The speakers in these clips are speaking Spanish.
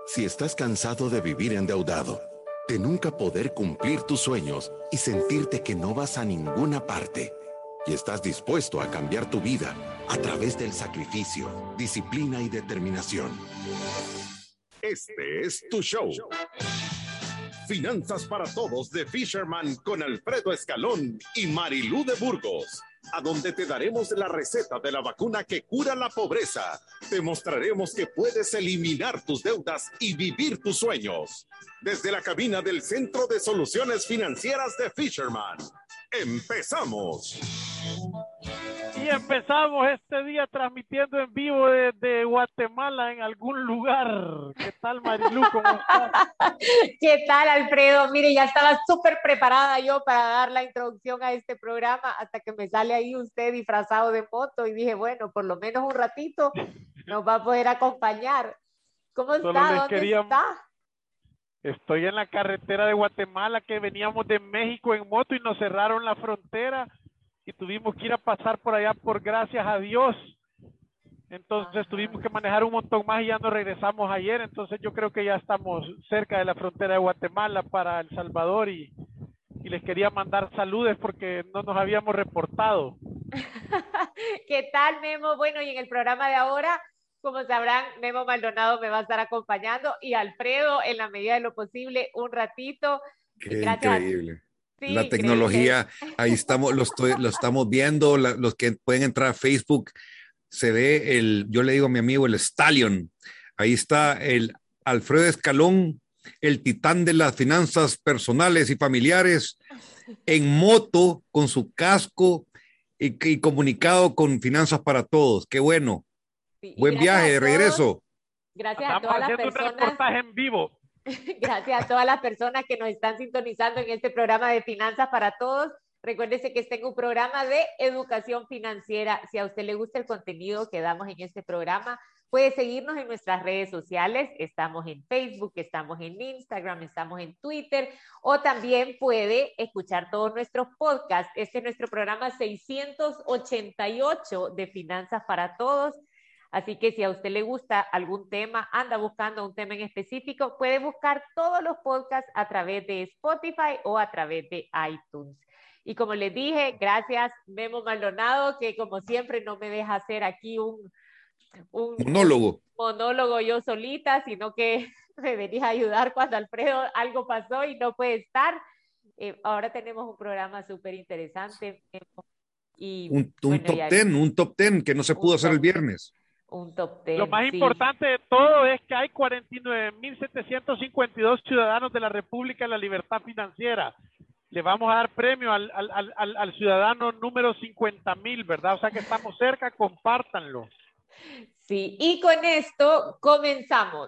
Si estás cansado de vivir endeudado, de nunca poder cumplir tus sueños y sentirte que no vas a ninguna parte, y estás dispuesto a cambiar tu vida a través del sacrificio, disciplina y determinación, este es tu show. Finanzas para Todos de Fisherman con Alfredo Escalón y Marilú de Burgos, a donde te daremos la receta de la vacuna que cura la pobreza. Te mostraremos que puedes eliminar tus deudas y vivir tus sueños. Desde la cabina del Centro de Soluciones Financieras de Fisherman. ¡Empezamos! Y empezamos este día transmitiendo en vivo desde Guatemala en algún lugar. ¿Qué tal, Marilú? ¿Cómo estás? ¿Qué tal, Alfredo? Mire, ya estaba súper preparada yo para dar la introducción a este programa hasta que me sale ahí usted disfrazado de moto y dije, bueno, por lo menos un ratito nos va a poder acompañar. ¿Cómo está? ¿Dónde está? Estoy en la carretera de Guatemala, que veníamos de México en moto y nos cerraron la frontera y tuvimos que ir a pasar por allá por gracias a Dios. Entonces tuvimos que manejar un montón más y ya nos regresamos ayer. Entonces yo creo que ya estamos cerca de la frontera de Guatemala para El Salvador y les quería mandar saludos porque no nos habíamos reportado. ¿Qué tal, Memo? Bueno, y en el programa de ahora, como sabrán, Memo Maldonado me va a estar acompañando y Alfredo, en la medida de lo posible, un ratito. Qué Gracias. increíble. Sí, la tecnología, increíble. Ahí estamos, lo estamos viendo, los que pueden entrar a Facebook, se ve yo le digo a mi amigo el Stallion, ahí está el Alfredo Escalón, el titán de las finanzas personales y familiares, en moto, con su casco y comunicado con Finanzas para Todos. Qué bueno. Sí, buen viaje de regreso. Gracias a todas las personas. Estamos haciendo un reportaje en vivo. Gracias a todas las personas que nos están sintonizando en este programa de Finanzas para Todos. Recuérdese que está en un programa de educación financiera. Si a usted le gusta el contenido que damos en este programa, puede seguirnos en nuestras redes sociales. Estamos en Facebook, estamos en Instagram, estamos en Twitter, o también puede escuchar todos nuestros podcasts. Este es nuestro programa 688 de Finanzas para Todos. Así que si a usted le gusta algún tema, anda buscando un tema en específico, puede buscar todos los podcasts a través de Spotify o a través de iTunes. Y como les dije, gracias Memo Maldonado, que como siempre no me deja hacer aquí un monólogo yo solita, sino que me venís a ayudar cuando Alfredo algo pasó y no puede estar. Ahora tenemos un programa súper interesante. Y, un top 10 que no se pudo hacer el viernes. Un top 10. Lo más importante de todo es que hay 49.752 ciudadanos de la República de la Libertad Financiera. Le vamos a dar premio al ciudadano número 50,000, ¿verdad? O sea que estamos cerca, compártanlo. Sí, y con esto comenzamos.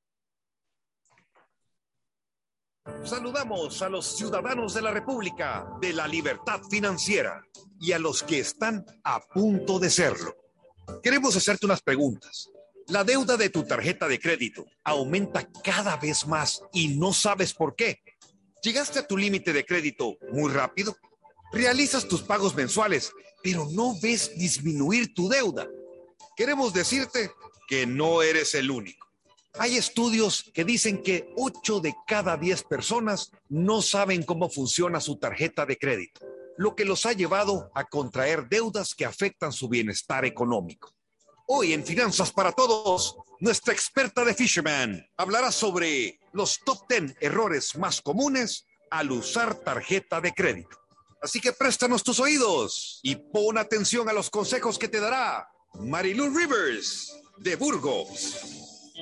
Saludamos a los ciudadanos de la República de la Libertad Financiera y a los que están a punto de serlo. Queremos hacerte unas preguntas. La deuda de tu tarjeta de crédito aumenta cada vez más y no sabes por qué. ¿Llegaste a tu límite de crédito muy rápido? Realizas tus pagos mensuales, pero no ves disminuir tu deuda. Queremos decirte que no eres el único. Hay estudios que dicen que 8 de cada 10 personas no saben cómo funciona su tarjeta de crédito, lo que los ha llevado a contraer deudas que afectan su bienestar económico. Hoy en Finanzas para Todos, nuestra experta de Fisherman hablará sobre los top 10 errores más comunes al usar tarjeta de crédito. Así que préstanos tus oídos y pon atención a los consejos que te dará Marilú Rivers de Burgos.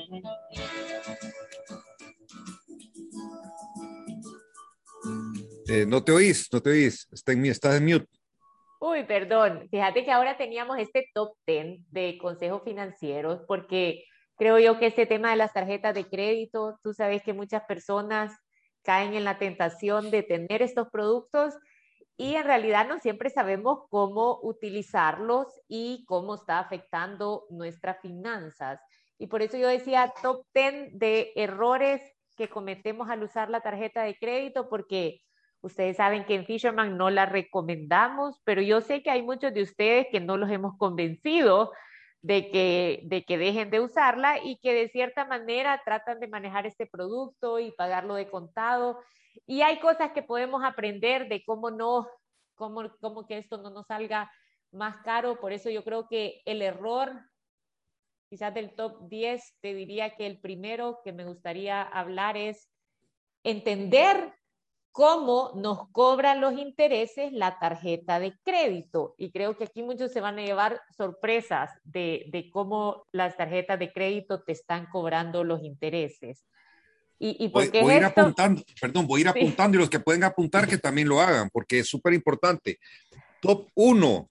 No te oís, estás en mute. Uy, perdón. Fíjate que ahora teníamos este top 10 de consejos financieros porque creo yo que este tema de las tarjetas de crédito, tú sabes que muchas personas caen en la tentación de tener estos productos y en realidad no siempre sabemos cómo utilizarlos y cómo está afectando nuestras finanzas. Y por eso yo decía top 10 de errores que cometemos al usar la tarjeta de crédito, porque ustedes saben que en Fisherman no la recomendamos, pero yo sé que hay muchos de ustedes que no los hemos convencido de que dejen de usarla y que de cierta manera tratan de manejar este producto y pagarlo de contado. Y hay cosas que podemos aprender de cómo que esto no nos salga más caro. Por eso yo creo que el error, quizás del top 10, te diría que el primero que me gustaría hablar es entender cómo nos cobran los intereses la tarjeta de crédito. Y creo que aquí muchos se van a llevar sorpresas de cómo las tarjetas de crédito te están cobrando los intereses. ¿Y por qué voy a ir es esto? apuntando, perdón, voy a ir apuntando, y los que pueden apuntar que también lo hagan, porque es súper importante. Top 1.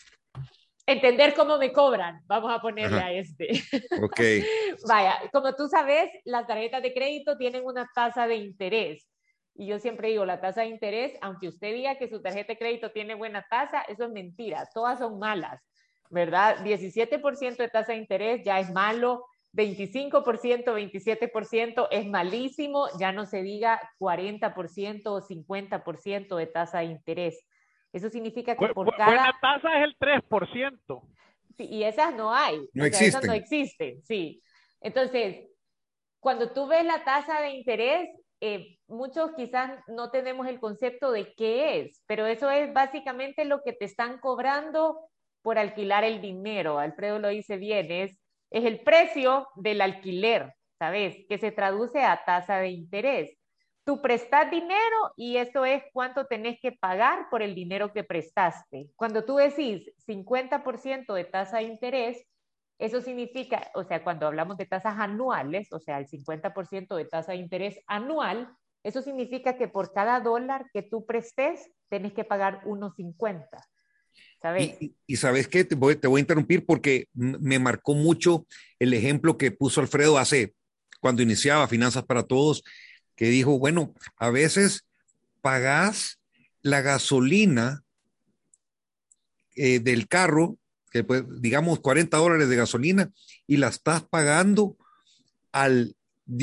Entender cómo me cobran. Vamos a ponerle Ajá. a este. Ok. Vaya, como tú sabes, las tarjetas de crédito tienen una tasa de interés. Y yo siempre digo, la tasa de interés, aunque usted diga que su tarjeta de crédito tiene buena tasa, eso es mentira. Todas son malas, ¿verdad? 17% de tasa de interés ya es malo. 25%, 27% es malísimo. Ya no se diga 40% o 50% de tasa de interés. Eso significa que por cada... Buena tasa es el 3%. Sí, y esas no hay, No o sea, esas no existen. existen, sí. Entonces, cuando tú ves la tasa de interés, muchos quizás no tenemos el concepto de qué es, pero eso es básicamente lo que te están cobrando por alquilar el dinero. Alfredo lo dice bien, es el precio del alquiler, ¿sabes? Que se traduce a tasa de interés. Tú prestas dinero y eso es cuánto tenés que pagar por el dinero que prestaste. Cuando tú decís 50% de tasa de interés, eso significa, o sea, cuando hablamos de tasas anuales, o sea, el 50% de tasa de interés anual, eso significa que por cada dólar que tú prestes, tenés que pagar 1.50. ¿Sabes? Y sabes qué, te voy a interrumpir porque me marcó mucho el ejemplo que puso Alfredo cuando iniciaba Finanzas para Todos, que dijo, bueno, a veces pagás la gasolina del carro, que pues, digamos $40 de gasolina, y la estás pagando al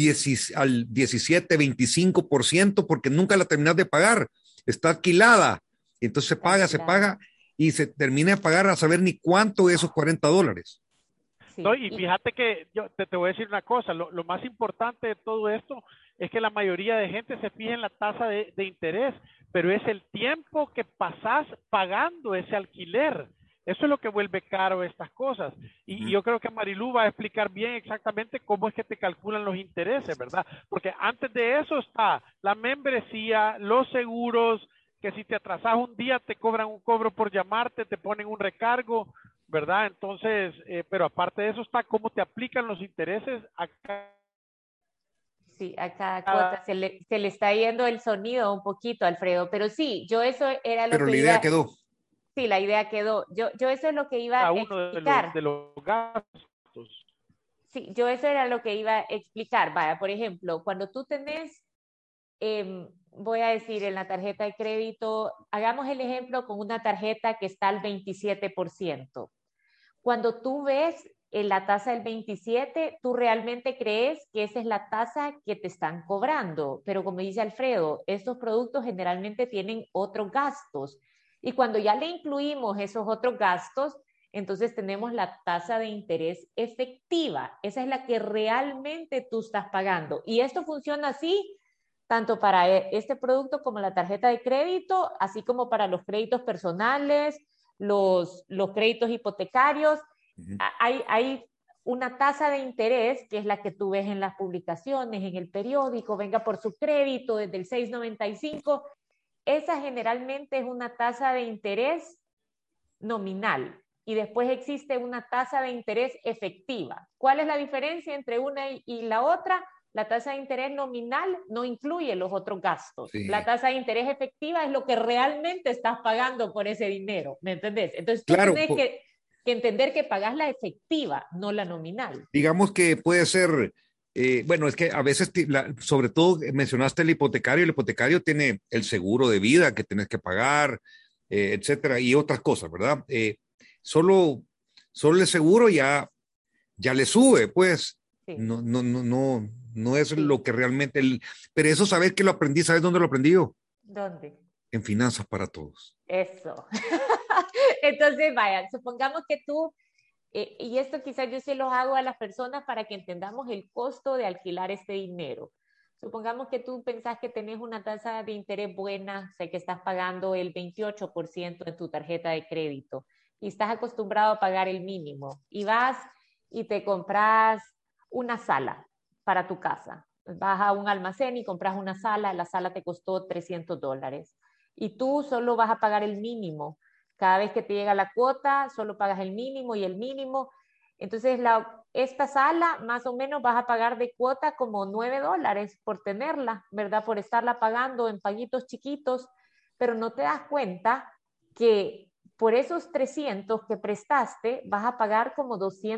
17, 25%, porque nunca la terminas de pagar, está alquilada, entonces se paga, y se termina de pagar a saber ni cuánto de esos $40. Sí. No, y fíjate que yo te voy a decir una cosa, lo más importante de todo esto es que la mayoría de gente se fija en la tasa de interés, pero es el tiempo que pasás pagando ese alquiler. Eso es lo que vuelve caro estas cosas. Y yo creo que Marilú va a explicar bien exactamente cómo es que te calculan los intereses, ¿verdad? Porque antes de eso está la membresía, los seguros, que si te atrasas un día te cobran un cobro por llamarte, te ponen un recargo, ¿verdad? Entonces, pero aparte de eso está cómo te aplican los intereses acá. Sí, a cada cuota se le está yendo el sonido un poquito, Alfredo, pero sí, yo eso era lo Pero que la iba, idea quedó. sí, la idea quedó, yo eso es lo que iba a Uno explicar. de los gastos. Sí, yo eso era lo que iba a explicar. Vaya, por ejemplo, cuando tú tenés, voy a decir, en la tarjeta de crédito, hagamos el ejemplo con una tarjeta que está al 27%. Cuando tú ves la tasa del 27, tú realmente crees que esa es la tasa que te están cobrando. Pero como dice Alfredo, estos productos generalmente tienen otros gastos. Y cuando ya le incluimos esos otros gastos, entonces tenemos la tasa de interés efectiva. Esa es la que realmente tú estás pagando. Y esto funciona así tanto para este producto como la tarjeta de crédito, así como para los créditos personales, los créditos hipotecarios. Hay una tasa de interés que es la que tú ves en las publicaciones, en el periódico, venga por su crédito desde el 6.95. Esa generalmente es una tasa de interés nominal y después existe una tasa de interés efectiva. ¿Cuál es la diferencia entre una y la otra? La tasa de interés nominal no incluye los otros gastos. Sí. La tasa de interés efectiva es lo que realmente estás pagando por ese dinero, ¿me entendés? Entonces tú Claro, tienes que entender que pagas la efectiva, no la nominal. digamos que puede ser, bueno, es que a veces, sobre todo mencionaste el hipotecario tiene el seguro de vida que tienes que pagar, etcétera, y otras cosas, ¿verdad? Solo el seguro ya le sube, pues, Sí. no es Sí. lo que realmente, pero eso sabes que lo aprendí, ¿sabes dónde lo aprendí yo? ¿Dónde? En Finanzas para Todos. Eso. Entonces, vaya, supongamos que tú y esto quizás yo se los hago a las personas para que entendamos el costo de alquilar este dinero. Supongamos que tú pensás que tenés una tasa de interés buena, o sea, que estás pagando el 28% en tu tarjeta de crédito y estás acostumbrado a pagar el mínimo y vas y te compras una sala para tu casa. Vas a un almacén y compras una sala, la sala te costó $300 y tú solo vas a pagar el mínimo. Cada vez que te llega la cuota, solo pagas el mínimo y el mínimo. Entonces, esta sala más o menos vas a pagar de cuota como $9 por tenerla, ¿verdad? Por estarla pagando en paguitos chiquitos, pero no te das cuenta que por esos 300 que prestaste vas a pagar como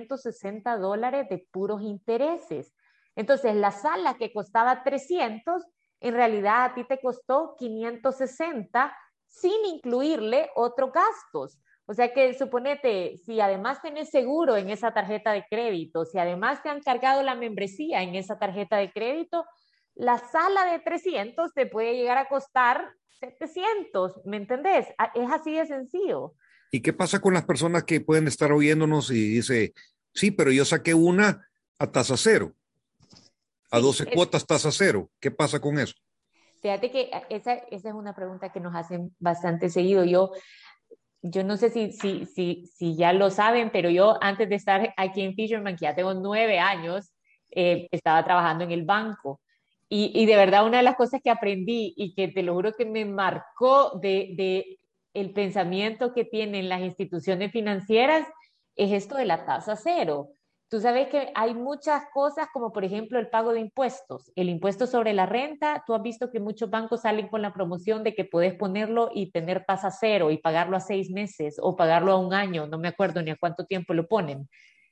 $260 de puros intereses. Entonces, la sala que costaba 300, en realidad a ti te costó 560 sin incluirle otros gastos. O sea que suponete, si además tenés seguro en esa tarjeta de crédito, si además te han cargado la membresía en esa tarjeta de crédito, la sala de 300 te puede llegar a costar 700, ¿me entendés? Es así de sencillo. ¿Y qué pasa con las personas que pueden estar oyéndonos y dice, sí, pero yo saqué una a tasa cero, a Sí, 12 cuotas tasa cero? ¿Qué pasa con eso? fíjate que esa es una pregunta que nos hacen bastante seguido. Yo no sé si ya lo saben, pero yo antes de estar aquí en Fisherman, que ya tengo 9 años, estaba trabajando en el banco. Y de verdad una de las cosas que aprendí y que te lo juro que me marcó de el pensamiento que tienen las instituciones financieras es esto de la tasa cero. Tú sabes que hay muchas cosas como por ejemplo el pago de impuestos, el impuesto sobre la renta. Tú has visto que muchos bancos salen con la promoción de que puedes ponerlo y tener tasa cero y pagarlo a 6 meses o pagarlo a un año, no me acuerdo ni a cuánto tiempo lo ponen.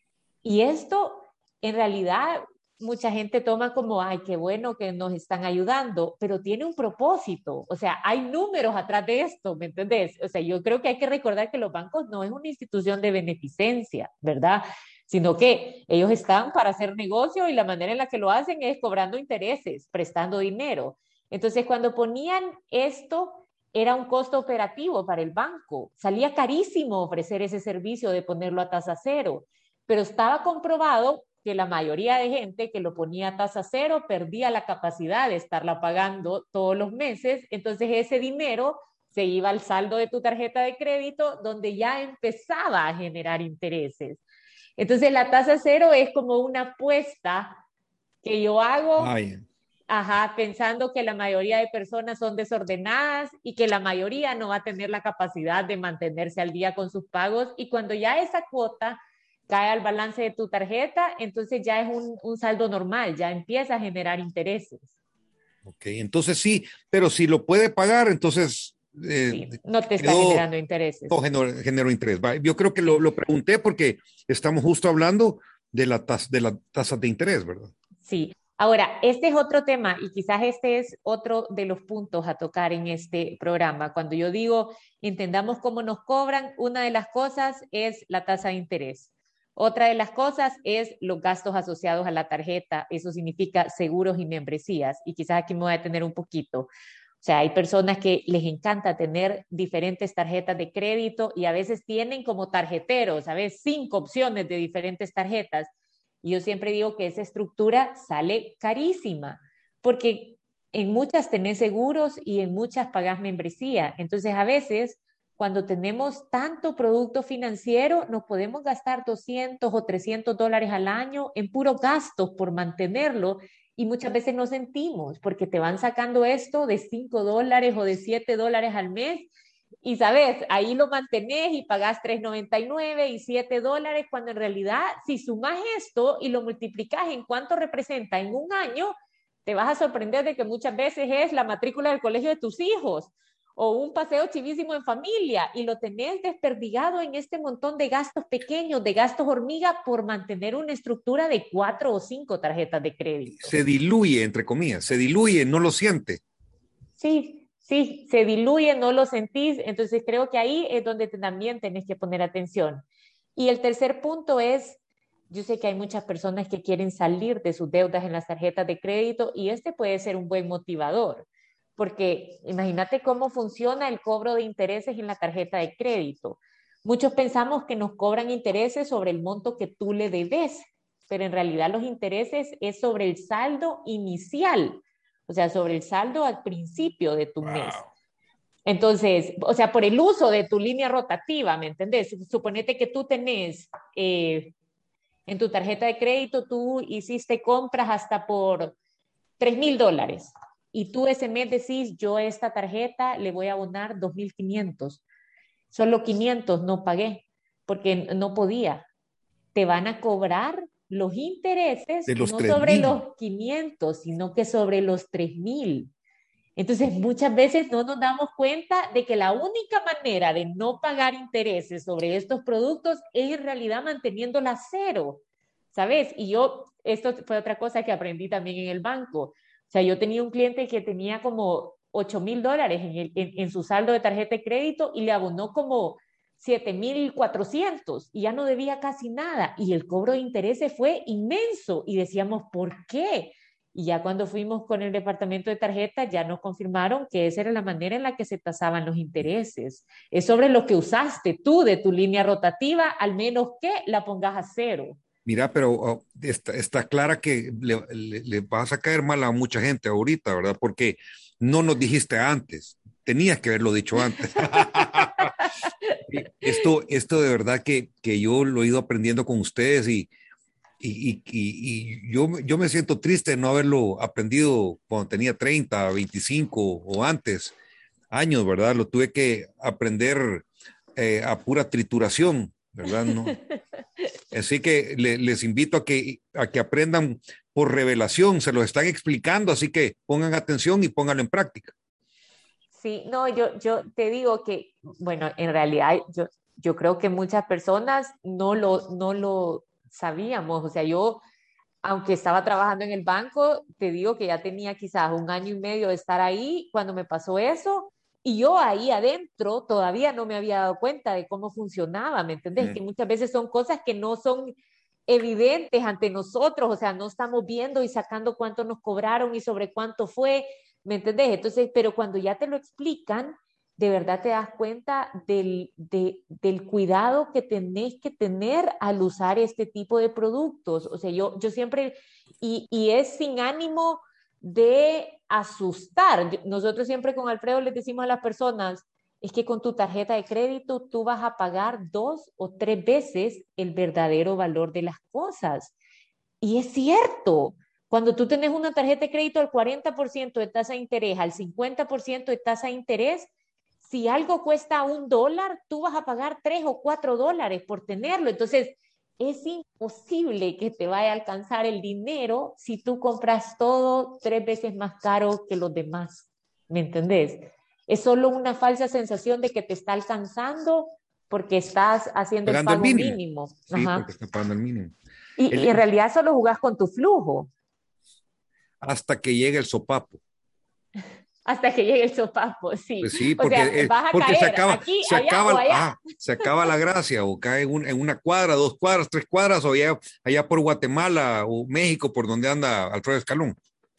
Y esto, en realidad, mucha gente toma como, ay, qué bueno que nos están ayudando, pero tiene un propósito. O sea, hay números atrás de esto, ¿me entendés? O sea, yo creo que hay que recordar que los bancos no es una institución de beneficencia, ¿verdad? Sino que ellos están para hacer negocio y la manera en la que lo hacen es cobrando intereses, prestando dinero. Entonces, cuando ponían esto, era un costo operativo para el banco. Salía carísimo ofrecer ese servicio de ponerlo a tasa cero, pero estaba comprobado que la mayoría de gente que lo ponía a tasa cero perdía la capacidad de estarla pagando todos los meses, entonces ese dinero se iba al saldo de tu tarjeta de crédito donde ya empezaba a generar intereses. Entonces la tasa cero es como una apuesta que yo hago, Ay, ajá, pensando que la mayoría de personas son desordenadas y que la mayoría no va a tener la capacidad de mantenerse al día con sus pagos, y cuando ya esa cuota cae al balance de tu tarjeta, entonces ya es un saldo normal, ya empieza a generar intereses. ok, entonces sí, pero si lo puede pagar, entonces Sí, no te está quedó, generando intereses. no generó interés. Va, yo creo que Sí. lo pregunté porque estamos justo hablando de la tasa de interés, ¿verdad? Sí, ahora, este es otro tema y quizás este es otro de los puntos a tocar en este programa. Cuando yo digo entendamos cómo nos cobran, una de las cosas es la tasa de interés. Otra de las cosas es los gastos asociados a la tarjeta. Eso significa seguros y membresías. Y quizás aquí me voy a detener un poquito. O sea, hay personas que les encanta tener diferentes tarjetas de crédito y a veces tienen como tarjeteros, a veces 5 opciones de diferentes tarjetas. Y yo siempre digo que esa estructura sale carísima, porque en muchas tenés seguros y en muchas pagás membresía. Entonces, a veces, cuando tenemos tanto producto financiero, nos podemos gastar 200 o $300 al año en puros gastos por mantenerlo, y muchas veces no sentimos porque te van sacando esto de $5 o de $7 al mes y sabes, ahí lo mantenés y pagás $3.99 y $7, cuando en realidad si sumas esto y lo multiplicas en cuánto representa en un año, te vas a sorprender de que muchas veces es la matrícula del colegio de tus hijos o un paseo chivísimo en familia, y lo tenés desperdigado en este montón de gastos pequeños, de gastos hormiga, por mantener una estructura de 4 o 5 tarjetas de crédito. Se diluye, entre comillas, se diluye, no lo siente. Sí, sí, se diluye, no lo sentís, entonces creo que ahí es donde también tenés que poner atención. Y el tercer punto es, yo sé que hay muchas personas que quieren salir de sus deudas en las tarjetas de crédito y este puede ser un buen motivador, porque imagínate cómo funciona el cobro de intereses en la tarjeta de crédito. muchos pensamos que nos cobran intereses sobre el monto que tú le debes, pero en realidad los intereses es sobre el saldo inicial, o sea, sobre el saldo al principio de tu mes. Entonces, o sea, por el uso de tu línea rotativa, ¿me entendés? Suponete que tú tenés en tu tarjeta de crédito, tú hiciste compras hasta por $3,000 y tú ese mes decís, yo a esta tarjeta le voy a abonar 2,500. Solo 500 no pagué porque no podía. Te van a cobrar los intereses De los no tres sobre mil. los 500, sino que sobre los 3,000. Entonces, muchas veces no nos damos cuenta de que la única manera de no pagar intereses sobre estos productos es en realidad manteniéndola cero, ¿sabes? Y esto fue otra cosa que aprendí también en el banco. O sea, yo tenía un cliente que tenía como $8,000 en su saldo de tarjeta de crédito y le abonó como 7,400 y ya no debía casi nada. Y el cobro de intereses fue inmenso y decíamos, ¿por qué? Y ya cuando fuimos con el departamento de tarjetas, ya nos confirmaron que esa era la manera en la que se tasaban los intereses. Es sobre lo que usaste tú de tu línea rotativa, al menos que la pongas a cero. Mira, pero está clara que le vas a caer mal a mucha gente ahorita, ¿verdad? Porque no nos dijiste antes. Tenías que haberlo dicho antes. Esto de verdad que yo lo he ido aprendiendo con ustedes y yo me siento triste de no haberlo aprendido cuando tenía 30, 25 o antes años, ¿verdad? Lo tuve que aprender a pura trituración, ¿verdad? No. Así que les invito a que aprendan por revelación, se lo están explicando, así que pongan atención y pónganlo en práctica. Sí, no, yo te digo que, bueno, en realidad yo creo que muchas personas no lo sabíamos. O sea, yo, aunque estaba trabajando en el banco, te digo que ya tenía quizás 1 año y medio de estar ahí cuando me pasó eso. Y yo ahí adentro todavía no me había dado cuenta de cómo funcionaba, ¿me entendés? Que muchas veces son cosas que no son evidentes ante nosotros, o sea, no estamos viendo y sacando cuánto nos cobraron y sobre cuánto fue, ¿me entendés? Entonces, pero cuando ya te lo explican, de verdad te das cuenta del cuidado que tenés que tener al usar este tipo de productos. O sea, yo siempre, y es sin ánimo de asustar. Nosotros siempre con Alfredo les decimos a las personas, es que con tu tarjeta de crédito tú vas a pagar 2 o 3 veces el verdadero valor de las cosas. Y es cierto, cuando tú tienes una tarjeta de crédito al 40% de tasa de interés, al 50% de tasa de interés, si algo cuesta $1, tú vas a pagar $3 o $4 por tenerlo. Entonces, es imposible que te vaya a alcanzar el dinero si tú compras todo 3 veces más caro que los demás. ¿Me entendés? Es solo una falsa sensación de que te está alcanzando porque estás haciendo el Pagando el pago mínimo. mínimo. Sí, Ajá. porque está pagando el mínimo. Y en realidad solo jugás con tu flujo Hasta que llegue el sopapo. hasta que llegue el sopapo, sí. Pues sí, O sea, vas a porque se caer acaba, aquí, se allá o acaba, allá. se acaba la gracia, o cae en una cuadra, 2 cuadras, 3 cuadras, o allá por Guatemala o México, por donde anda Alfredo Escalón.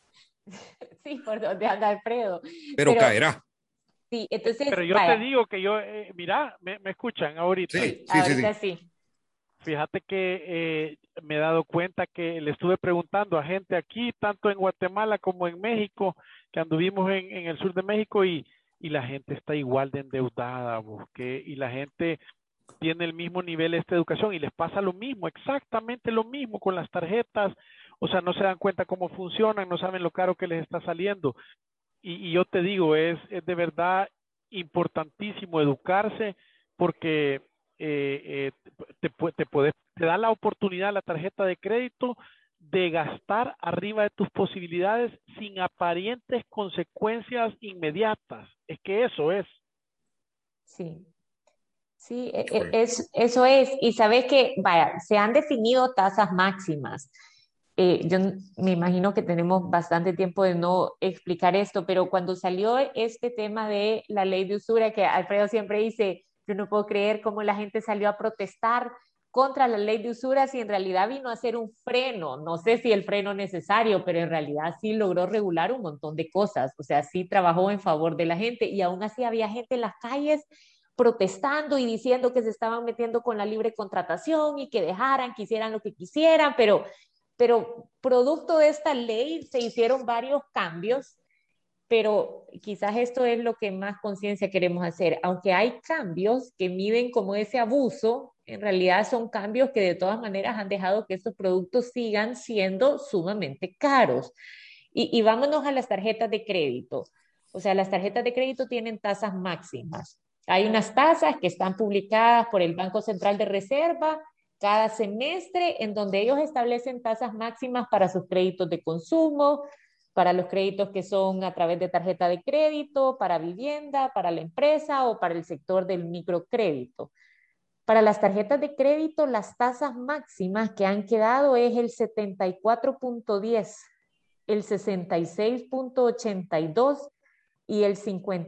Sí, por donde anda Alfredo. Pero Pero caerá. sí, entonces, Pero yo te vaya, digo que yo, mira, me escuchan ahorita. Sí, sí, sí, sí, ahorita sí. sí. Fíjate que me he dado cuenta que le estuve preguntando a gente aquí, tanto en Guatemala como en México, que anduvimos en el sur de México y la gente está igual de endeudada, y la gente tiene el mismo nivel de esta educación y les pasa lo mismo, exactamente lo mismo con las tarjetas, o sea, no se dan cuenta cómo funcionan, no saben lo caro que les está saliendo. Y yo te digo, es de verdad importantísimo educarse porque te da la oportunidad la tarjeta de crédito de gastar arriba de tus posibilidades sin aparentes consecuencias inmediatas. Es que eso es. Sí, sí, eso es. Y sabes que, vaya, se han definido tasas máximas. Yo me imagino que tenemos bastante tiempo de no explicar esto, pero cuando salió este tema de la ley de usura, que Alfredo siempre dice, yo no puedo creer cómo la gente salió a protestar contra la ley de usura si en realidad vino a ser un freno, no sé si el freno necesario, pero en realidad sí logró regular un montón de cosas, o sea, sí trabajó en favor de la gente y aún así había gente en las calles protestando y diciendo que se estaban metiendo con la libre contratación y que dejaran, que hicieran lo que quisieran, pero producto de esta ley se hicieron varios cambios, pero quizás esto es lo que más conciencia queremos hacer. Aunque hay cambios que miden como ese abuso, en realidad son cambios que de todas maneras han dejado que estos productos sigan siendo sumamente caros. Y vámonos a las tarjetas de crédito. O sea, las tarjetas de crédito tienen tasas máximas. Hay unas tasas que están publicadas por el Banco Central de Reserva cada semestre, en donde ellos establecen tasas máximas para sus créditos de consumo, para los créditos que son a través de tarjeta de crédito, para vivienda, para la empresa o para el sector del microcrédito. Para las tarjetas de crédito, las tasas máximas que han quedado es el 74.10, el 66.82 y el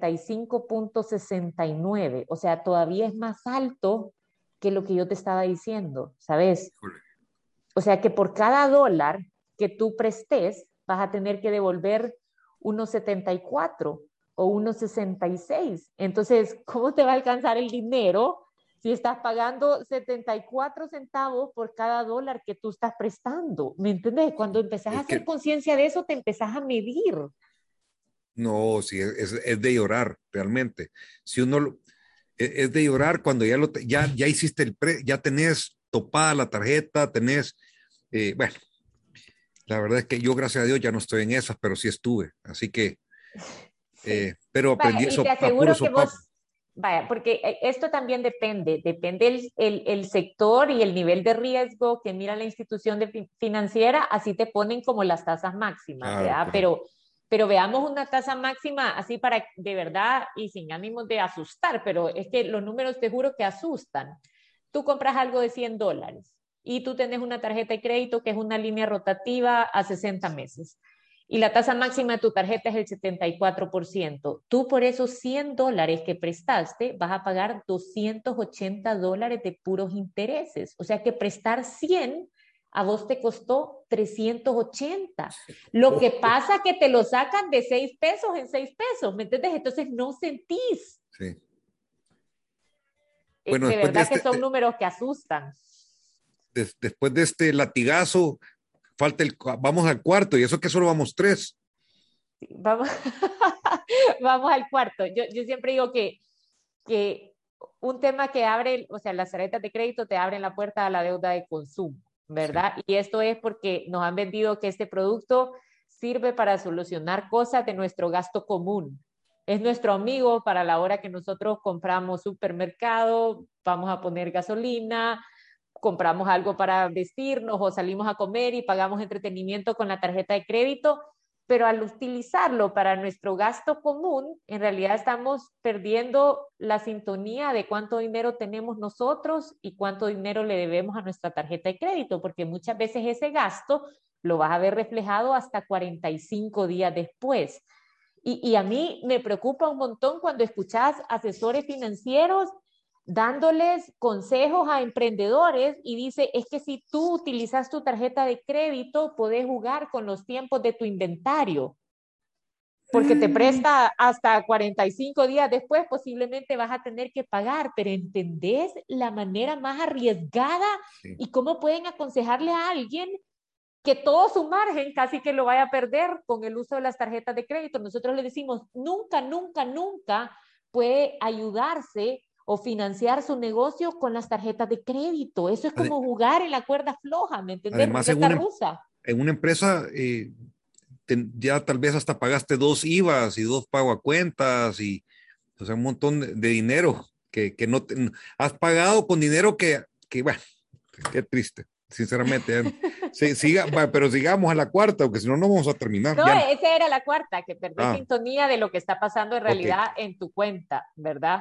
55.69. O sea, todavía es más alto que lo que yo te estaba diciendo, ¿sabes? O sea, que por cada dólar que tú prestes, vas a tener que devolver 1.74 o 1.66. Entonces, ¿cómo te va a alcanzar el dinero si estás pagando 74 centavos por cada dólar que tú estás prestando? ¿Me entiendes? Cuando empezás a hacer conciencia de eso, te empezás a medir. No, sí, es de llorar, realmente. Si uno, es de llorar cuando ya hiciste ya tenés topada la tarjeta, tenés, bueno, la verdad es que yo, gracias a Dios, ya no estoy en esas, pero sí estuve. Así que, Sí. pero aprendí Y te a puro aseguro que sopapo. vaya, porque esto también depende el sector y el nivel de riesgo que mira la institución financiera, así te ponen como las tasas máximas, Claro, ¿verdad? claro. Pero veamos una tasa máxima así para de verdad y sin ánimos de asustar, pero es que los números te juro que asustan. Tú compras algo de $100 y tú tenés una tarjeta de crédito que es una línea rotativa a 60 meses y la tasa máxima de tu tarjeta es el 74%. Tú por esos $100 que prestaste vas a pagar $280 de puros intereses. O sea que prestar 100 a vos te costó 380. Lo que pasa es que te lo sacan de 6 pesos en 6 pesos, ¿me entiendes? Entonces no sentís. Sí. Bueno, De verdad que son números que asustan. después de este latigazo, vamos al cuarto, y eso que solo vamos 3. Sí, vamos, vamos al cuarto. Yo siempre digo que un tema que abre, o sea, las tarjetas de crédito te abren la puerta a la deuda de consumo, ¿verdad? Sí. Y esto es porque nos han vendido que este producto sirve para solucionar cosas de nuestro gasto común. Es nuestro amigo para la hora que nosotros compramos supermercado, vamos a poner gasolina, compramos algo para vestirnos o salimos a comer y pagamos entretenimiento con la tarjeta de crédito, pero al utilizarlo para nuestro gasto común, en realidad estamos perdiendo la sintonía de cuánto dinero tenemos nosotros y cuánto dinero le debemos a nuestra tarjeta de crédito, porque muchas veces ese gasto lo vas a ver reflejado hasta 45 días después. Y a mí me preocupa un montón cuando escuchas asesores financieros dándoles consejos a emprendedores y dice, es que si tú utilizas tu tarjeta de crédito, podés jugar con los tiempos de tu inventario, porque te presta hasta 45 días después, posiblemente vas a tener que pagar, pero ¿entendés la manera más arriesgada Sí. y cómo pueden aconsejarle a alguien que todo su margen casi que lo vaya a perder con el uso de las tarjetas de crédito? Nosotros le decimos, nunca, nunca, nunca puede ayudarse o financiar su negocio con las tarjetas de crédito. Eso es como jugar en la cuerda floja, ¿me entiendes? Además, Ruleta rusa. En una empresa ya tal vez hasta pagaste 2 IVAs y 2 pago a cuentas y, o sea, un montón de dinero que no has pagado con dinero bueno, qué triste, sinceramente. Pero sigamos a la cuarta, porque si no, no vamos a terminar. No, Ya. esa era la cuarta, que perdés sintonía de lo que está pasando en realidad en tu cuenta, ¿verdad?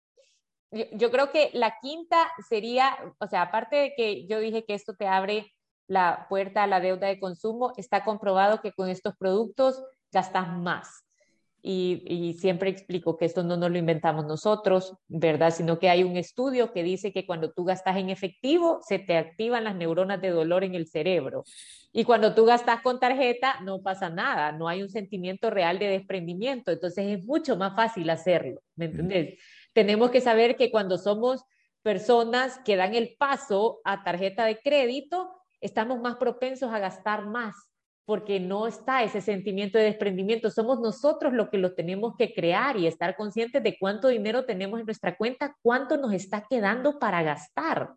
Yo creo que la quinta sería, o sea, aparte de que yo dije que esto te abre la puerta a la deuda de consumo, está comprobado que con estos productos gastas más. Y siempre explico que esto no nos lo inventamos nosotros, ¿verdad? Sino que hay un estudio que dice que cuando tú gastas en efectivo, se te activan las neuronas de dolor en el cerebro. Y cuando tú gastas con tarjeta, no pasa nada, no hay un sentimiento real de desprendimiento. Entonces es mucho más fácil hacerlo, ¿me entiendes? tenemos que saber que cuando somos personas que dan el paso a tarjeta de crédito, estamos más propensos a gastar más, porque no está ese sentimiento de desprendimiento. Somos nosotros los que lo tenemos que crear y estar conscientes de cuánto dinero tenemos en nuestra cuenta, cuánto nos está quedando para gastar.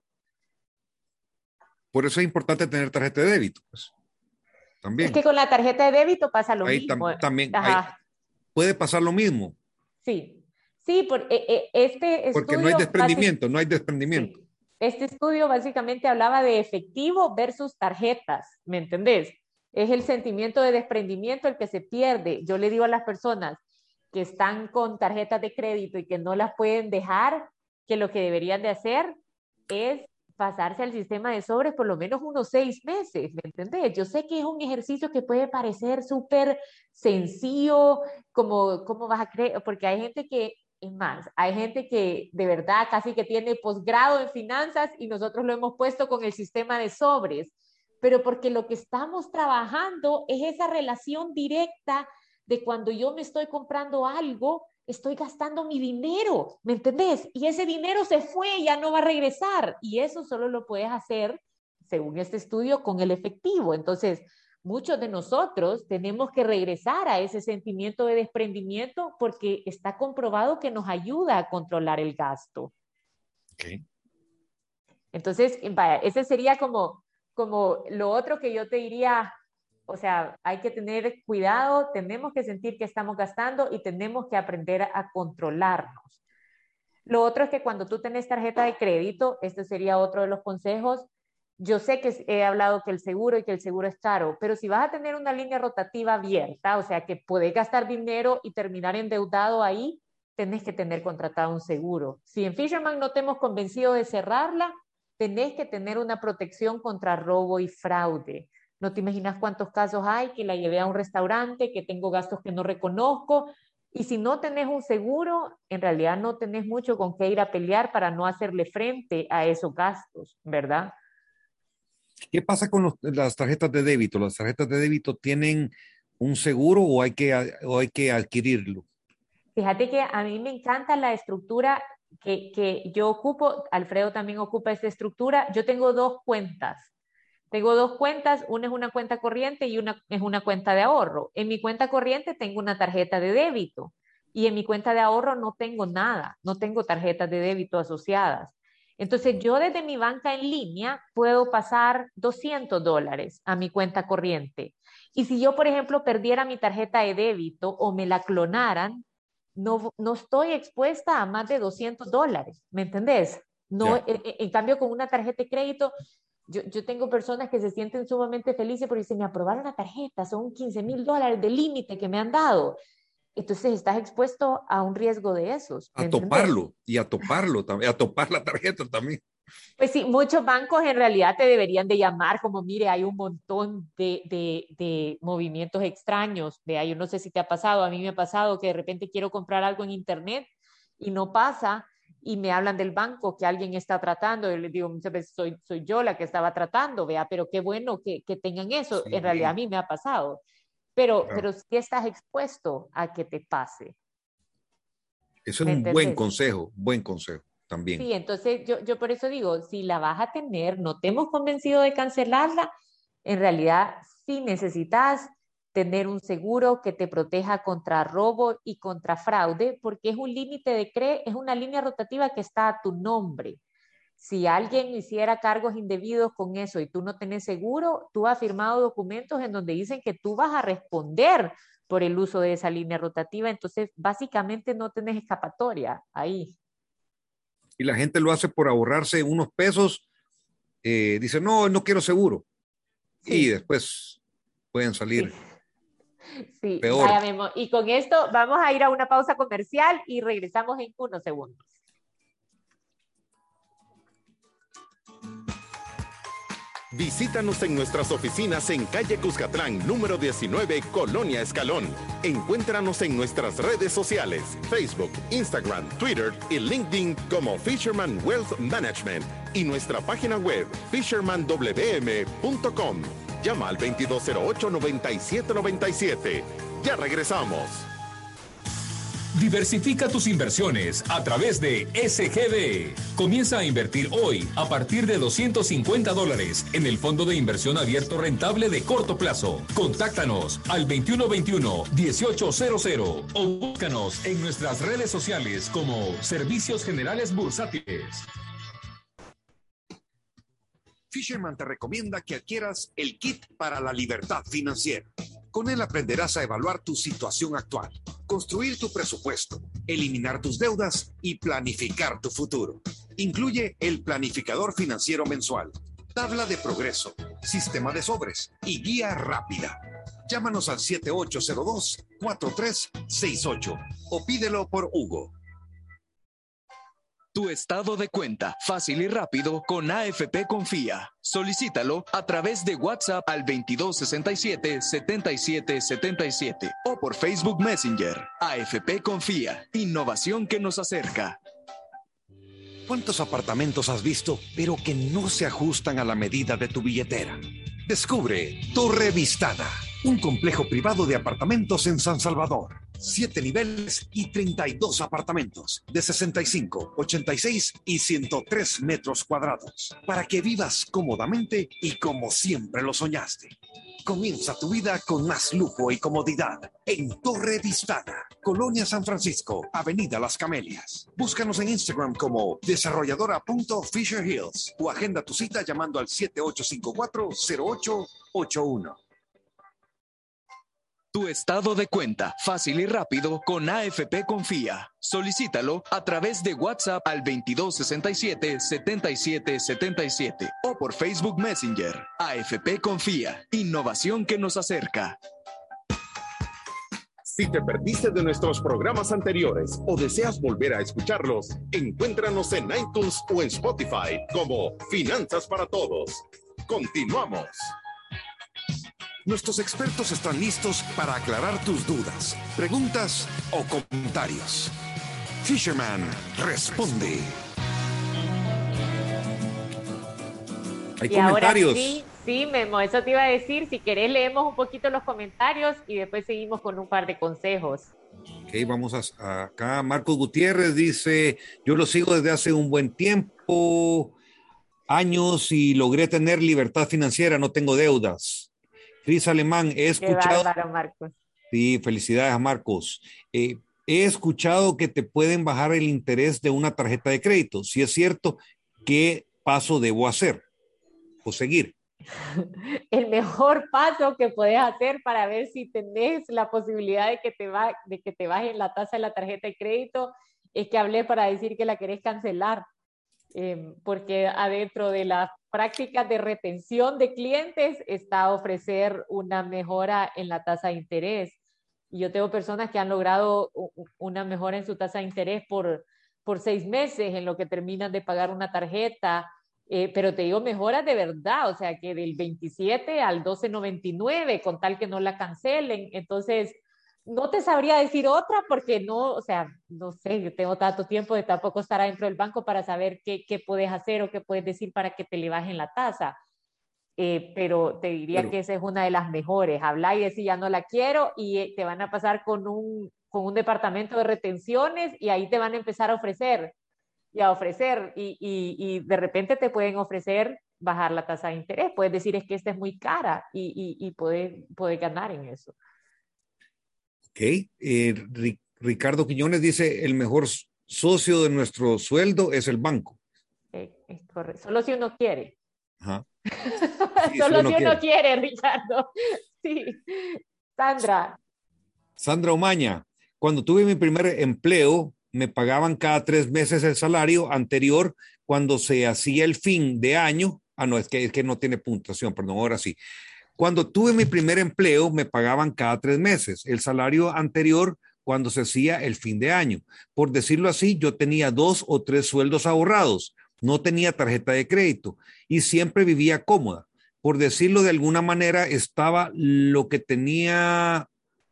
Por eso es importante tener tarjeta de débito, pues. También. Es que con la tarjeta de débito pasa lo mismo. También puede pasar lo mismo. Sí, sí, este estudio... Porque no hay desprendimiento, no hay desprendimiento. Sí, este estudio básicamente hablaba de efectivo versus tarjetas, ¿me entendés? Es el sentimiento de desprendimiento el que se pierde. Yo le digo a las personas que están con tarjetas de crédito y que no las pueden dejar, que lo que deberían de hacer es pasarse al sistema de sobres por lo menos unos 6 meses, ¿me entendés? Yo sé que es un ejercicio que puede parecer súper sencillo, como, ¿cómo vas a creer? Porque hay gente que, es más, hay gente que de verdad casi que tiene posgrado en finanzas y nosotros lo hemos puesto con el sistema de sobres, pero porque lo que estamos trabajando es esa relación directa de cuando yo me estoy comprando algo, estoy gastando mi dinero, ¿me entendés? Y ese dinero se fue, ya no va a regresar. Y eso solo lo puedes hacer, según este estudio, con el efectivo. Entonces, muchos de nosotros tenemos que regresar a ese sentimiento de desprendimiento porque está comprobado que nos ayuda a controlar el gasto. Okay. Entonces, vaya, ese sería como lo otro que yo te diría. O sea, hay que tener cuidado, tenemos que sentir que estamos gastando y tenemos que aprender a controlarnos. Lo otro es que cuando tú tenés tarjeta de crédito, este sería otro de los consejos. Yo sé que he hablado que el seguro es caro, pero si vas a tener una línea rotativa abierta, o sea, que podés gastar dinero y terminar endeudado ahí, tenés que tener contratado un seguro. Si en Fisherman no te hemos convencido de cerrarla, tenés que tener una protección contra robo y fraude. No te imaginas cuántos casos hay, que la llevé a un restaurante, que tengo gastos que no reconozco. Y si no tenés un seguro, en realidad no tenés mucho con qué ir a pelear para no hacerle frente a esos gastos, ¿verdad? ¿Qué pasa con las tarjetas de débito? ¿Las tarjetas de débito tienen un seguro o hay que adquirirlo? Fíjate que a mí me encanta la estructura que yo ocupo. Alfredo también ocupa esta estructura. Yo tengo 2 cuentas. Tengo 2 cuentas, una es una cuenta corriente y una es una cuenta de ahorro. En mi cuenta corriente tengo una tarjeta de débito y en mi cuenta de ahorro no tengo nada, no tengo tarjetas de débito asociadas. Entonces yo desde mi banca en línea puedo pasar $200 a mi cuenta corriente. Y si yo, por ejemplo, perdiera mi tarjeta de débito o me la clonaran, no estoy expuesta a más de $200, ¿me entendés? No, en cambio, con una tarjeta de crédito... Yo tengo personas que se sienten sumamente felices porque dicen, me aprobaron la tarjeta, son $15,000 de límite que me han dado. Entonces estás expuesto a un riesgo de esos. A toparlo y a toparlo también, a topar la tarjeta también. Pues sí, muchos bancos en realidad te deberían de llamar como, mire, hay un montón de movimientos extraños. Vea, yo no sé si te ha pasado, a mí me ha pasado que de repente quiero comprar algo en internet y no pasa. Y me hablan del banco que alguien está tratando, yo les digo muchas veces soy yo la que estaba tratando, vea, pero qué bueno que tengan eso, sí. En realidad a mí me ha pasado, pero sí estás expuesto a que te pase. Eso es un buen consejo también. Sí, entonces yo por eso digo, si la vas a tener, no te hemos convencido de cancelarla, en realidad sí necesitas tener un seguro que te proteja contra robo y contra fraude, porque es un límite es una línea rotativa que está a tu nombre. Si alguien hiciera cargos indebidos con eso y tú no tenés seguro, tú has firmado documentos en donde dicen que tú vas a responder por el uso de esa línea rotativa, entonces básicamente no tenés escapatoria ahí. Y la gente lo hace por ahorrarse unos pesos, dice, no quiero seguro. Sí. Y después pueden salir... Sí. Sí, peor. Vaya Memo. Y con esto vamos a ir a una pausa comercial y regresamos en unos segundos. Visítanos en nuestras oficinas en calle Cuscatlán, número 19, Colonia Escalón. Encuéntranos en nuestras redes sociales, Facebook, Instagram, Twitter y LinkedIn como Fisherman Wealth Management y nuestra página web fishermanwm.com. Llama al 2208-9797. Ya regresamos. Diversifica tus inversiones a través de SGD. Comienza a invertir hoy a partir de $250 en el fondo de inversión abierto rentable de corto plazo. Contáctanos al 2121-1800 o búscanos en nuestras redes sociales como Servicios Generales Bursátiles. Fisherman te recomienda que adquieras el kit para la libertad financiera. Con él aprenderás a evaluar tu situación actual, construir tu presupuesto, eliminar tus deudas y planificar tu futuro. Incluye el planificador financiero mensual, tabla de progreso, sistema de sobres y guía rápida. Llámanos al 7802-4368 o pídelo por Hugo. Tu estado de cuenta, fácil y rápido con AFP Confía. Solicítalo a través de WhatsApp al 2267-7777 o por Facebook Messenger. AFP Confía, innovación que nos acerca. ¿Cuántos apartamentos has visto, pero que no se ajustan a la medida de tu billetera? Descubre Torre Vistana, un complejo privado de apartamentos en San Salvador. 7 niveles y 32 apartamentos de 65, 86 y 103 metros cuadrados para que vivas cómodamente y como siempre lo soñaste. Comienza tu vida con más lujo y comodidad en Torre Vistana, Colonia San Francisco, Avenida Las Camelias. Búscanos en Instagram como desarrolladora.fisherhills o agenda tu cita llamando al 7854-0881. Tu estado de cuenta, fácil y rápido con AFP Confía. Solicítalo a través de WhatsApp al 2267-7777 o por Facebook Messenger. AFP Confía, innovación que nos acerca. Si te perdiste de nuestros programas anteriores o deseas volver a escucharlos, encuéntranos en iTunes o en Spotify como Finanzas para Todos. Continuamos. Nuestros expertos están listos para aclarar tus dudas, preguntas o comentarios. Fisherman responde. Hay Y comentarios. ahora sí, Memo, eso te iba a decir. Si querés, leemos un poquito los comentarios y después seguimos con un par de consejos. Ok, vamos acá. Marcos Gutiérrez dice, yo lo sigo desde hace un buen tiempo, años, y logré tener libertad financiera, no tengo deudas. Cris Alemán, he Qué escuchado... bárbaro, Marcos. Sí, felicidades a Marcos. He escuchado que te pueden bajar el interés de una tarjeta de crédito. Si es cierto, ¿qué paso debo hacer o seguir? El mejor paso que puedes hacer para ver si tenés la posibilidad de que te bajen la tasa de la tarjeta de crédito es que hablé para decir que la querés cancelar. Porque adentro de las prácticas de retención de clientes está ofrecer una mejora en la tasa de interés. Y yo tengo personas que han logrado una mejora en su tasa de interés por 6 meses en lo que terminan de pagar una tarjeta, pero te digo mejoras de verdad, o sea que del 27 al 12.99 con tal que no la cancelen. Entonces no te sabría decir otra porque no, o sea, no sé, yo tengo tanto tiempo de tampoco estar adentro del banco para saber qué puedes hacer o qué puedes decir para que te le bajen la tasa. Pero te diría que esa es una de las mejores. Hablar y decir ya no la quiero y te van a pasar con un departamento de retenciones y ahí te van a empezar a ofrecer y de repente te pueden ofrecer bajar la tasa de interés. Puedes decir es que esta es muy cara y puedes ganar en eso. Ok, Ricardo Quiñones dice, el mejor socio de nuestro sueldo es el banco. Es correcto, solo si uno quiere. Ajá. Sí, Solo si uno quiere, Ricardo. Sí. Sandra Omaña, cuando tuve mi primer empleo, me pagaban cada 3 meses el salario anterior cuando se hacía el fin de año. No, es que no tiene puntuación, perdón, ahora sí. Cuando tuve mi primer empleo, me pagaban cada 3 meses el salario anterior cuando se hacía el fin de año. Por decirlo así, yo tenía 2 o 3 sueldos ahorrados, no tenía tarjeta de crédito y siempre vivía cómoda. Por decirlo de alguna manera, estaba lo que tenía,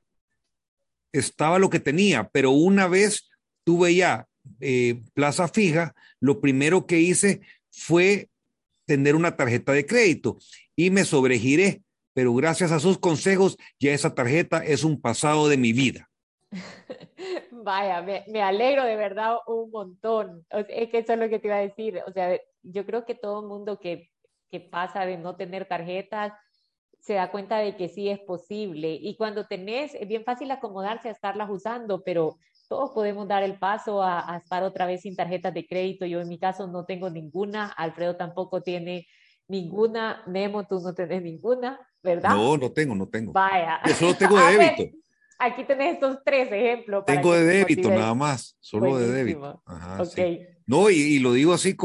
pero una vez tuve ya plaza fija, lo primero que hice fue tener una tarjeta de crédito y me sobregiré. Pero gracias a sus consejos, ya esa tarjeta es un pasado de mi vida. Vaya, me alegro de verdad un montón. Es que eso es lo que te iba a decir. O sea, yo creo que todo el mundo que pasa de no tener tarjetas se da cuenta de que sí es posible. Y cuando tenés, es bien fácil acomodarse a estarlas usando, pero todos podemos dar el paso a estar otra vez sin tarjetas de crédito. Yo en mi caso no tengo ninguna, Alfredo tampoco tiene ninguna, Memo, tú no tenés ninguna, ¿verdad? No, no tengo, no tengo. Vaya. Yo solo tengo de A ver, débito. aquí tenés estos 3 ejemplos para Tengo que de te débito motives. nada más, solo de débito. Buenísimo. Ajá, Ok. sí. No, y lo digo así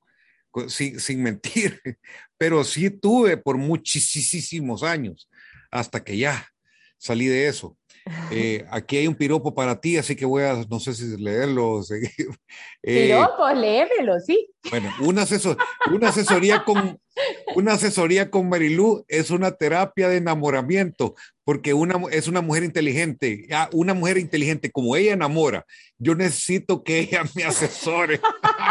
sin mentir, pero sí tuve por muchísimos años, hasta que ya salí de eso. Aquí hay un piropo para ti, así que no sé si leerlo o seguir. Piropos, léemelo, sí. Bueno, una asesoría una asesoría con Marilú es una terapia de enamoramiento, porque es una mujer inteligente. Una mujer inteligente, como ella enamora, yo necesito que ella me asesore.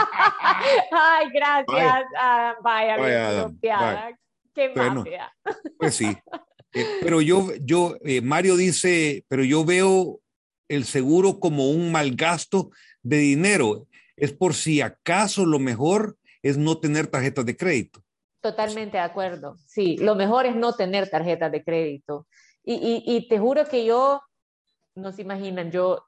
Ay, Vaya, gracias. Vaya, bien vaya, Adam, vaya. piropeada. Qué más, Bueno, vea. pues sí. Pero Mario dice, pero yo veo el seguro como un mal gasto de dinero. Es por si acaso lo mejor es no tener tarjetas de crédito. Totalmente de acuerdo. Sí, lo mejor es no tener tarjetas de crédito. Y te juro que yo, no se imaginan, yo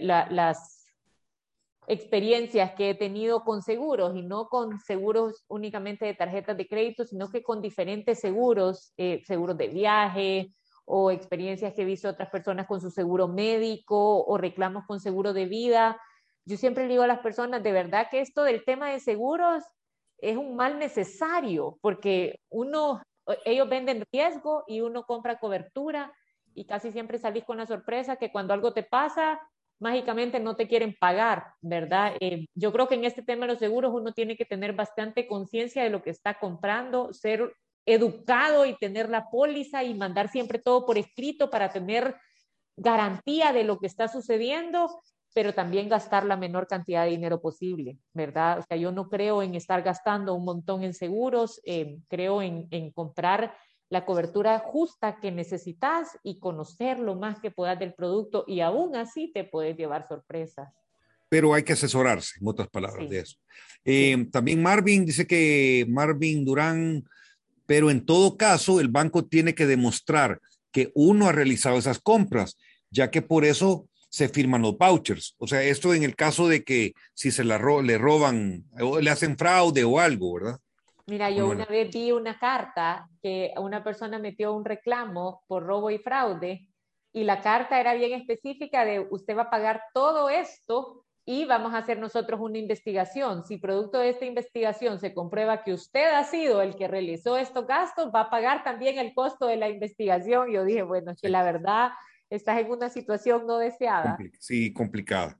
las experiencias que he tenido con seguros y no con seguros únicamente de tarjetas de crédito, sino que con diferentes seguros, seguros de viaje o experiencias que he visto otras personas con su seguro médico o reclamos con seguro de vida. Yo siempre le digo a las personas, de verdad que esto del tema de seguros es un mal necesario porque ellos venden riesgo y uno compra cobertura y casi siempre salís con la sorpresa que cuando algo te pasa, mágicamente no te quieren pagar, ¿verdad? Yo creo que en este tema de los seguros uno tiene que tener bastante conciencia de lo que está comprando, ser educado y tener la póliza y mandar siempre todo por escrito para tener garantía de lo que está sucediendo, pero también gastar la menor cantidad de dinero posible, ¿verdad? O sea, yo no creo en estar gastando un montón en seguros, creo en comprar la cobertura justa que necesitas y conocer lo más que puedas del producto y aún así te puedes llevar sorpresas. Pero hay que asesorarse, en otras palabras, Sí, de eso. sí. También Marvin dice que Marvin Durán, pero en todo caso el banco tiene que demostrar que uno ha realizado esas compras, ya que por eso se firman los vouchers. O sea, esto en el caso de que si le roban o le hacen fraude o algo, ¿verdad? Mira, yo una vez vi una carta que una persona metió un reclamo por robo y fraude y la carta era bien específica de usted va a pagar todo esto y vamos a hacer nosotros una investigación. Si producto de esta investigación se comprueba que usted ha sido el que realizó estos gastos, va a pagar también el costo de la investigación. Yo dije, bueno, es que la verdad estás en una situación no deseada. Sí, complicada.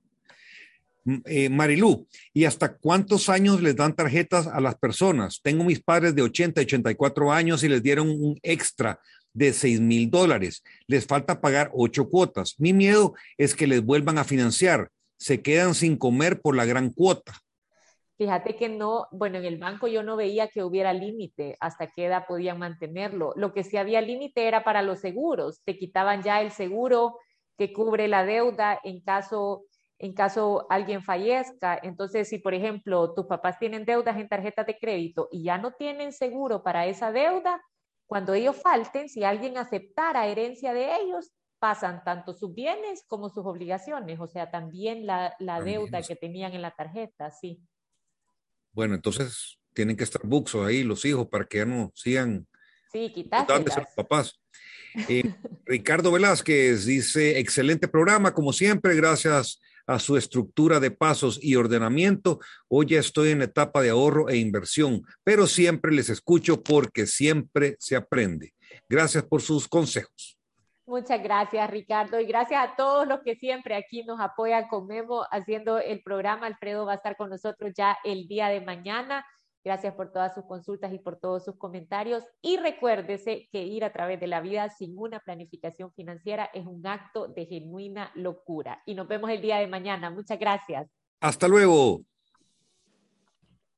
Marilú, ¿y hasta cuántos años les dan tarjetas a las personas? Tengo mis padres de 80, 84 años y les dieron un extra de $6,000. Les falta pagar 8 cuotas. Mi miedo es que les vuelvan a financiar. Se quedan sin comer por la gran cuota. Fíjate que no, bueno, en el banco yo no veía que hubiera límite hasta qué edad podían mantenerlo. Lo que sí había límite era para los seguros. Te quitaban ya el seguro que cubre la deuda en caso alguien fallezca. Entonces, si por ejemplo tus papás tienen deudas en tarjetas de crédito y ya no tienen seguro para esa deuda, cuando ellos falten, si alguien aceptara herencia de ellos, pasan tanto sus bienes como sus obligaciones, o sea, también la deuda que tenían en la tarjeta, sí. Bueno, entonces tienen que estar buxos ahí los hijos para que ya no sigan Sí, tratando de ser quitárselas. papás. Ricardo Velázquez dice, excelente programa, como siempre, gracias a su estructura de pasos y ordenamiento. Hoy ya estoy en etapa de ahorro e inversión, pero siempre les escucho porque siempre se aprende. Gracias por sus consejos. Muchas gracias, Ricardo, y gracias a todos los que siempre aquí nos apoyan con Memo haciendo el programa. Alfredo va a estar con nosotros ya el día de mañana. Gracias por todas sus consultas y por todos sus comentarios. Y recuérdese que ir a través de la vida sin una planificación financiera es un acto de genuina locura. Y nos vemos el día de mañana. Muchas gracias. Hasta luego.